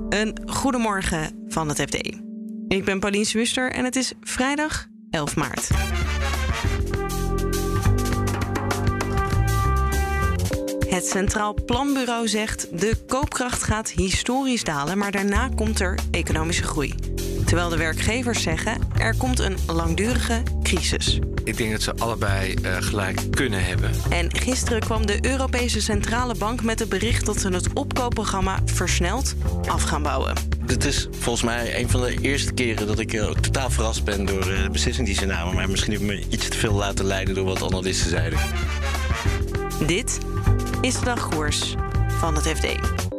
Een goedemorgen van het FD. Ik ben Paulien Swuster en het is vrijdag 11 maart. Het Centraal Planbureau zegt de koopkracht gaat historisch dalen, maar daarna komt er economische groei. Terwijl de werkgevers zeggen er komt een langdurige crisis. Ik denk dat ze allebei gelijk kunnen hebben. En gisteren kwam de Europese Centrale Bank met het bericht dat ze het opkoopprogramma versneld af gaan bouwen. Dit is volgens mij een van de eerste keren dat ik totaal verrast ben door de beslissing die ze namen. Maar misschien heb ik me iets te veel laten leiden door wat analisten zeiden. Dit is de dagkoers van het FD.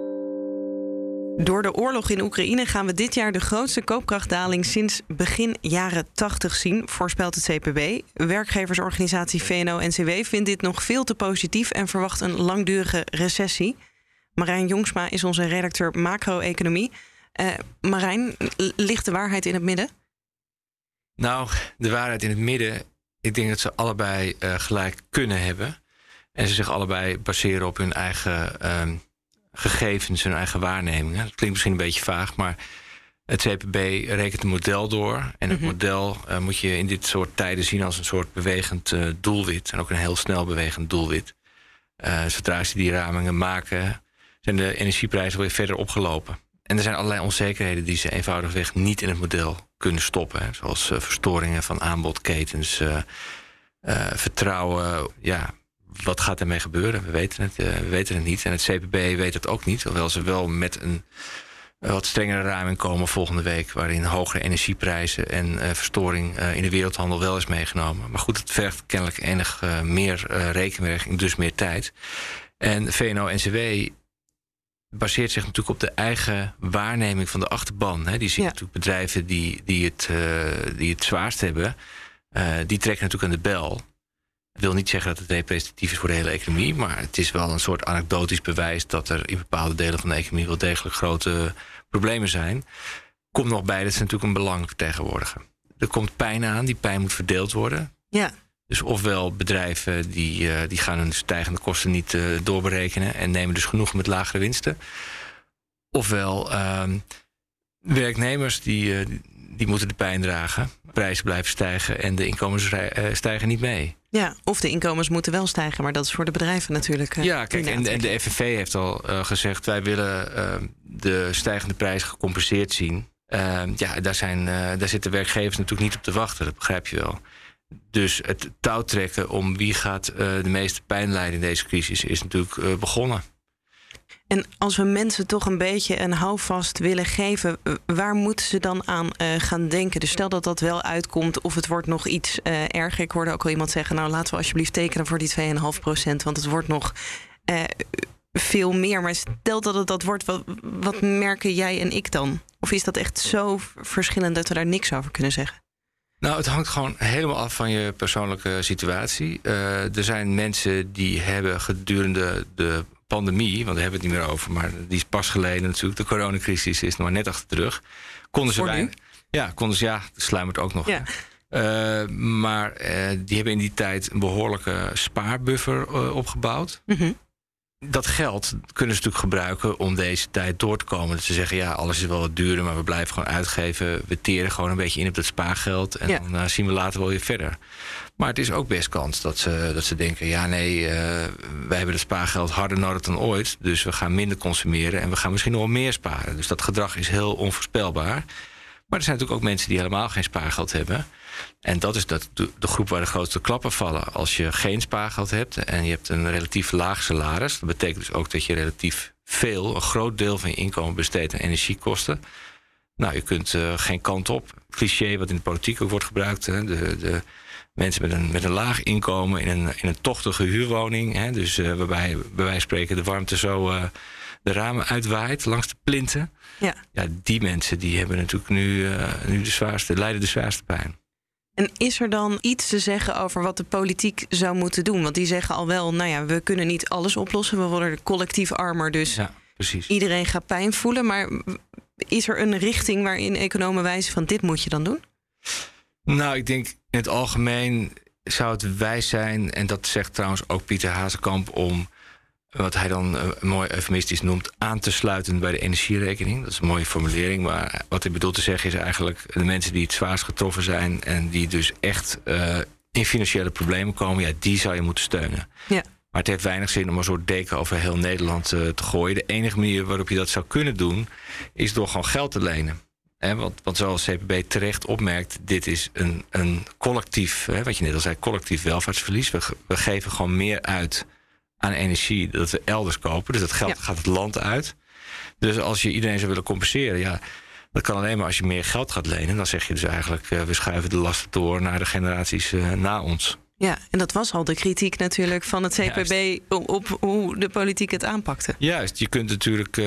Door de oorlog in Oekraïne gaan we dit jaar de grootste koopkrachtdaling sinds begin jaren 80 zien, voorspelt het CPB. Werkgeversorganisatie VNO-NCW vindt dit nog veel te positief en verwacht een langdurige recessie. Marijn Jongsma is onze redacteur macro-economie. Marijn, ligt de waarheid in het midden? Nou, de waarheid in het midden, ik denk dat ze allebei gelijk kunnen hebben. En ze zich allebei baseren op hun eigen gegevens, hun eigen waarnemingen. Dat klinkt misschien een beetje vaag, maar het CPB rekent een model door. En het model moet je in dit soort tijden zien als een soort bewegend doelwit. En ook een heel snel bewegend doelwit. Zodra ze die ramingen maken, zijn de energieprijzen weer verder opgelopen. En er zijn allerlei onzekerheden die ze eenvoudigweg niet in het model kunnen stoppen. Hè. Zoals verstoringen van aanbodketens, vertrouwen, ja. Wat gaat ermee gebeuren? We weten het niet. En het CPB weet het ook niet. Hoewel ze wel met een wat strengere raming komen volgende week, waarin hogere energieprijzen en verstoring in de wereldhandel wel is meegenomen. Maar goed, het vergt kennelijk enig meer rekenwerking, dus meer tijd. En VNO-NCW baseert zich natuurlijk op de eigen waarneming van de achterban. Hè. Die zien natuurlijk bedrijven die het zwaarst hebben, die trekken natuurlijk aan de bel. Ik wil niet zeggen dat het representatief is voor de hele economie, maar het is wel een soort anekdotisch bewijs dat er in bepaalde delen van de economie wel degelijk grote problemen zijn. Komt nog bij dat ze natuurlijk een belang vertegenwoordigen. Er komt pijn aan, die pijn moet verdeeld worden. Ja. Dus ofwel bedrijven die gaan hun stijgende kosten niet doorberekenen en nemen dus genoeg met lagere winsten. Ofwel werknemers die moeten de pijn dragen. Prijzen blijven stijgen en de inkomens stijgen niet mee. Ja, of de inkomens moeten wel stijgen, maar dat is voor de bedrijven natuurlijk. Ja, kijk, en de FNV heeft al gezegd, wij willen de stijgende prijs gecompenseerd zien. Daar zitten werkgevers natuurlijk niet op te wachten, dat begrijp je wel. Dus het touwtrekken om wie gaat de meeste pijn lijden in deze crisis is natuurlijk begonnen. En als we mensen toch een beetje een houvast willen geven, waar moeten ze dan aan gaan denken? Dus stel dat dat wel uitkomt of het wordt nog iets erger. Ik hoorde ook al iemand zeggen, nou laten we alsjeblieft tekenen voor die 2,5%, want het wordt nog veel meer. Maar stel dat het dat wordt, wat merken jij en ik dan? Of is dat echt zo verschillend dat we daar niks over kunnen zeggen? Nou, het hangt gewoon helemaal af van je persoonlijke situatie. Er zijn mensen die hebben gedurende de pandemie, want daar hebben we het niet meer over, maar die is pas geleden natuurlijk. De coronacrisis is nog maar net achter de rug. Sluimert ook nog. Ja. Maar die hebben in die tijd een behoorlijke spaarbuffer opgebouwd. Mm-hmm. Dat geld kunnen ze natuurlijk gebruiken om deze tijd door te komen. Dus ze zeggen, ja, alles is wel wat duurder, maar we blijven gewoon uitgeven. We teren gewoon een beetje in op dat spaargeld. En dan zien we later wel weer verder. Maar het is ook best kans dat ze denken, wij hebben het spaargeld harder nodig dan ooit. Dus we gaan minder consumeren en we gaan misschien nog wel meer sparen. Dus dat gedrag is heel onvoorspelbaar. Maar er zijn natuurlijk ook mensen die helemaal geen spaargeld hebben. En dat is de groep waar de grootste klappen vallen. Als je geen spaargeld hebt en je hebt een relatief laag salaris, dat betekent dus ook dat je relatief een groot deel van je inkomen besteedt aan energiekosten. Nou, je kunt geen kant op. Cliché wat in de politiek ook wordt gebruikt. Hè, de mensen met een laag inkomen in een tochtige huurwoning. Hè, dus waarbij bij wijze van spreken de warmte zo de ramen uitwaait langs de plinten. Ja, die mensen die hebben natuurlijk nu lijden de zwaarste pijn. En is er dan iets te zeggen over wat de politiek zou moeten doen? Want die zeggen al wel, we kunnen niet alles oplossen. We worden collectief armer, dus iedereen gaat pijn voelen. Maar is er een richting waarin economen wijzen van dit moet je dan doen? Nou, ik denk in het algemeen zou het wijs zijn, en dat zegt trouwens ook Pieter Hazekamp, om wat hij dan mooi eufemistisch noemt, aan te sluiten bij de energierekening. Dat is een mooie formulering, maar wat hij bedoelt te zeggen is eigenlijk de mensen die het zwaarst getroffen zijn en die dus echt in financiële problemen komen, ja, die zou je moeten steunen. Ja. Maar het heeft weinig zin om een soort deken over heel Nederland te gooien. De enige manier waarop je dat zou kunnen doen, is door gewoon geld te lenen. Want zoals CPB terecht opmerkt, dit is een collectief, wat je net al zei, collectief welvaartsverlies. We geven gewoon meer uit aan energie dat we elders kopen. Dus dat geld gaat het land uit. Dus als je iedereen zou willen compenseren, ja, dat kan alleen maar als je meer geld gaat lenen. Dan zeg je dus eigenlijk, we schuiven de lasten door naar de generaties na ons. Ja, en dat was al de kritiek natuurlijk van het CPB op hoe de politiek het aanpakte. Juist, je kunt natuurlijk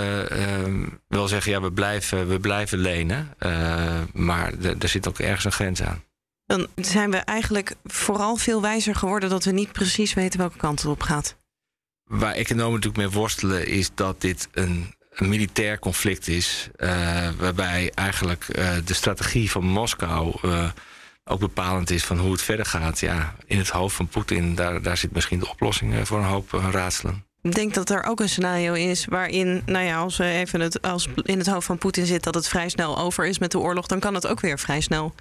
wel zeggen, ja, we blijven lenen. Maar er zit ook ergens een grens aan. Dan zijn we eigenlijk vooral veel wijzer geworden dat we niet precies weten welke kant het op gaat. Waar economen natuurlijk mee worstelen is dat dit een militair conflict is. Waarbij eigenlijk de strategie van Moskou ook bepalend is van hoe het verder gaat. Ja, in het hoofd van Poetin, daar zit misschien de oplossing voor een hoop raadselen. Ik denk dat er ook een scenario is waarin, nou ja, als we even als in het hoofd van Poetin zit dat het vrij snel over is met de oorlog, dan kan het ook weer vrij snel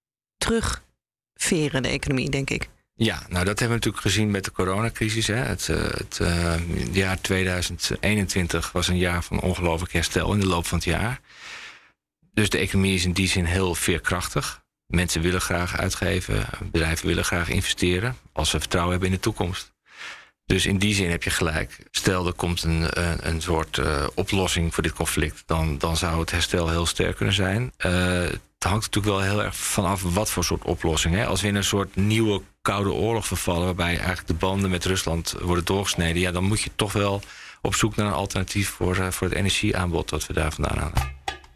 terugveren, de economie, denk ik. Ja, nou dat hebben we natuurlijk gezien met de coronacrisis. Hè. Het jaar 2021 was een jaar van ongelooflijk herstel in de loop van het jaar. Dus de economie is in die zin heel veerkrachtig. Mensen willen graag uitgeven, bedrijven willen graag investeren als ze vertrouwen hebben in de toekomst. Dus in die zin heb je gelijk. Stel, er komt een soort oplossing voor dit conflict, dan zou het herstel heel sterk kunnen zijn. Het hangt natuurlijk wel heel erg vanaf wat voor soort oplossing. Hè? Als we in een soort nieuwe koude oorlog vervallen, waarbij eigenlijk de banden met Rusland worden doorgesneden, ja, dan moet je toch wel op zoek naar een alternatief voor het energieaanbod dat we daar vandaan halen.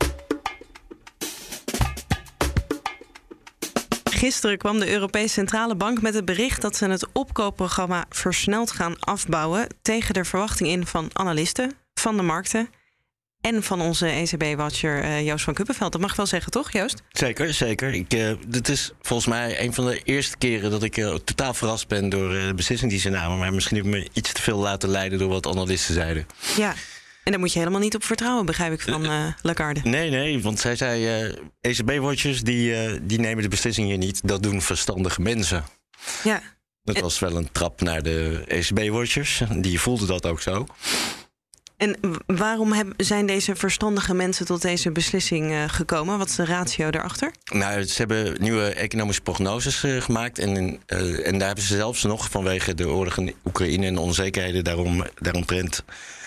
Gisteren kwam de Europese Centrale Bank met het bericht dat ze het opkoopprogramma versneld gaan afbouwen tegen de verwachting in van analisten, van de markten en van onze ECB-watcher Joost van Kuppenveld. Dat mag ik wel zeggen, toch, Joost? Zeker. Dit is volgens mij een van de eerste keren dat ik totaal verrast ben door de beslissing die ze namen. Maar misschien heb ik me iets te veel laten leiden door wat analisten zeiden. Ja. En daar moet je helemaal niet op vertrouwen, begrijp ik van Lagarde. Nee, want zij zei, ECB-watchers die nemen de beslissing hier niet. Dat doen verstandige mensen. Ja. Dat was wel een trap naar de ECB-watchers. Die voelden dat ook zo. En waarom zijn deze verstandige mensen tot deze beslissing gekomen? Wat is de ratio daarachter? Nou, ze hebben nieuwe economische prognoses gemaakt. En daar hebben ze zelfs nog vanwege de oorlog in Oekraïne en de onzekerheden daaromtrent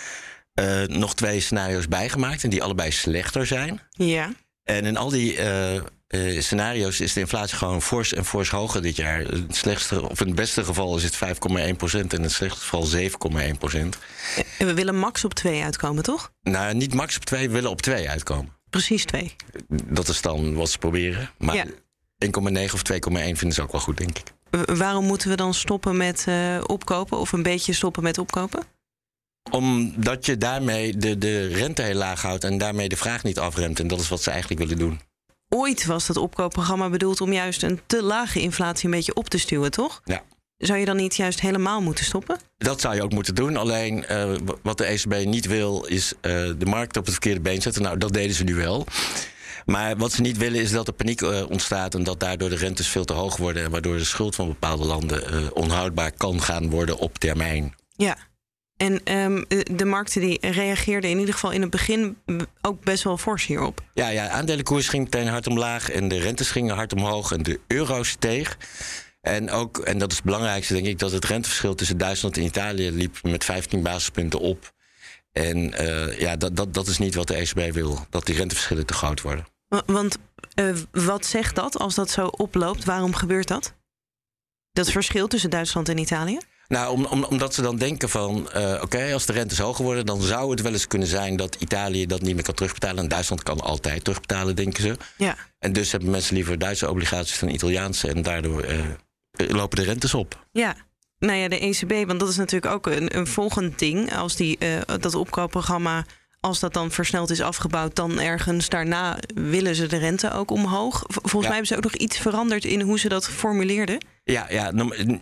nog 2 scenario's bijgemaakt. En die allebei slechter zijn. Ja. En in al die scenario's is de inflatie gewoon fors hoger dit jaar. In het beste geval is het 5,1% en in het slechtste geval 7,1%. En we willen max op 2 uitkomen, toch? Nou, niet max op 2, we willen op 2 uitkomen. Precies 2. Dat is dan wat ze proberen. Maar ja. 1,9 of 2,1 vinden ze ook wel goed, denk ik. Waarom moeten we dan stoppen met opkopen? Of een beetje stoppen met opkopen? Omdat je daarmee de rente heel laag houdt en daarmee de vraag niet afremt. En dat is wat ze eigenlijk willen doen. Ooit was dat opkoopprogramma bedoeld om juist een te lage inflatie een beetje op te stuwen, toch? Ja. Zou je dan niet juist helemaal moeten stoppen? Dat zou je ook moeten doen. Alleen wat de ECB niet wil is de markt op het verkeerde been zetten. Nou, dat deden ze nu wel. Maar wat ze niet willen is dat er paniek ontstaat en dat daardoor de rentes veel te hoog worden. En waardoor de schuld van bepaalde landen onhoudbaar kan gaan worden op termijn. Ja. En de markten die reageerden in ieder geval in het begin ook best wel fors hierop. Ja, aandelenkoers ging meteen hard omlaag en de rentes gingen hard omhoog en de euro steeg. En dat is het belangrijkste, denk ik, dat het renteverschil tussen Duitsland en Italië liep met 15 basispunten op. En dat is niet wat de ECB wil, dat die renteverschillen te groot worden. Want wat zegt dat als dat zo oploopt? Waarom gebeurt dat? Dat verschil tussen Duitsland en Italië? Nou, omdat ze dan denken van, oké, als de rentes hoger worden, dan zou het wel eens kunnen zijn dat Italië dat niet meer kan terugbetalen. En Duitsland kan altijd terugbetalen, denken ze. Ja. En dus hebben mensen liever Duitse obligaties dan Italiaanse. En daardoor lopen de rentes op. Ja. Nou ja, de ECB, want dat is natuurlijk ook een volgend ding. Als dat opkoopprogramma, als dat dan versneld is afgebouwd, dan ergens daarna willen ze de rente ook omhoog. Volgens mij hebben ze ook nog iets veranderd in hoe ze dat formuleerden. Ja,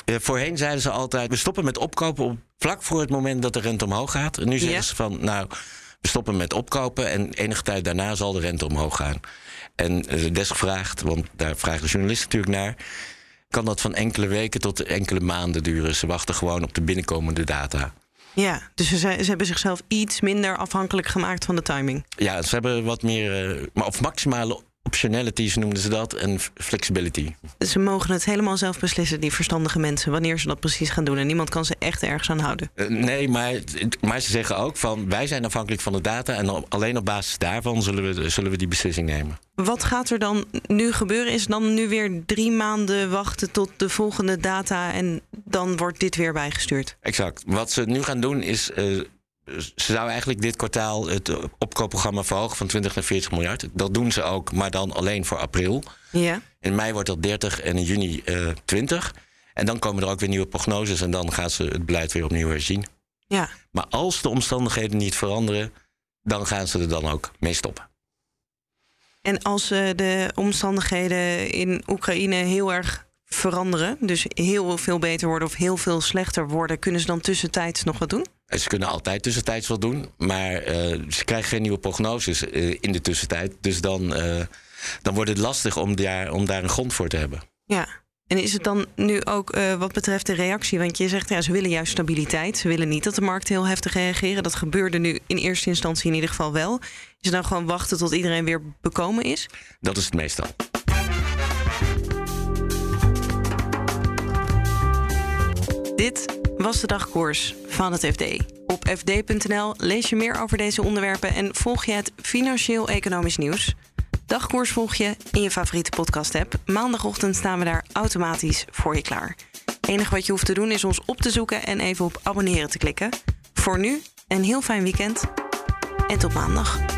Voorheen zeiden ze altijd, we stoppen met opkopen vlak voor het moment dat de rente omhoog gaat. En nu zeggen ze van, nou, we stoppen met opkopen en enige tijd daarna zal de rente omhoog gaan. En desgevraagd, want daar vragen de journalisten natuurlijk naar, kan dat van enkele weken tot enkele maanden duren. Ze wachten gewoon op de binnenkomende data. Ja, dus ze hebben zichzelf iets minder afhankelijk gemaakt van de timing. Ja, ze hebben wat meer, maar of maximale optionalities noemden ze dat, en flexibility. Ze mogen het helemaal zelf beslissen, die verstandige mensen, wanneer ze dat precies gaan doen. En niemand kan ze echt ergens aan houden. Nee, maar ze zeggen ook van, wij zijn afhankelijk van de data en alleen op basis daarvan zullen we die beslissing nemen. Wat gaat er dan nu gebeuren? Is dan nu weer 3 maanden wachten tot de volgende data en dan wordt dit weer bijgestuurd? Exact. Wat ze nu gaan doen is, ze zouden eigenlijk dit kwartaal het opkoopprogramma verhogen van 20 naar 40 miljard. Dat doen ze ook, maar dan alleen voor april. Ja. In mei wordt dat 30 en in juni 20. En dan komen er ook weer nieuwe prognoses en dan gaan ze het beleid weer opnieuw herzien. Ja. Maar als de omstandigheden niet veranderen, dan gaan ze er dan ook mee stoppen. En als de omstandigheden in Oekraïne heel erg veranderen, dus heel veel beter worden of heel veel slechter worden, kunnen ze dan tussentijds nog wat doen? Ze kunnen altijd tussentijds wat doen, maar ze krijgen geen nieuwe prognoses in de tussentijd. Dus dan wordt het lastig om daar een grond voor te hebben. Ja, en is het dan nu ook wat betreft de reactie? Want je zegt, ja, ze willen juist stabiliteit. Ze willen niet dat de markt heel heftig reageren. Dat gebeurde nu in eerste instantie in ieder geval wel. Is het dan gewoon wachten tot iedereen weer bekomen is? Dat is het meestal. Dit was de dagkoers van het FD. Op fd.nl lees je meer over deze onderwerpen en volg je het financieel-economisch nieuws. Dagkoers volg je in je favoriete podcast-app. Maandagochtend staan we daar automatisch voor je klaar. Het enige wat je hoeft te doen is ons op te zoeken en even op abonneren te klikken. Voor nu een heel fijn weekend en tot maandag.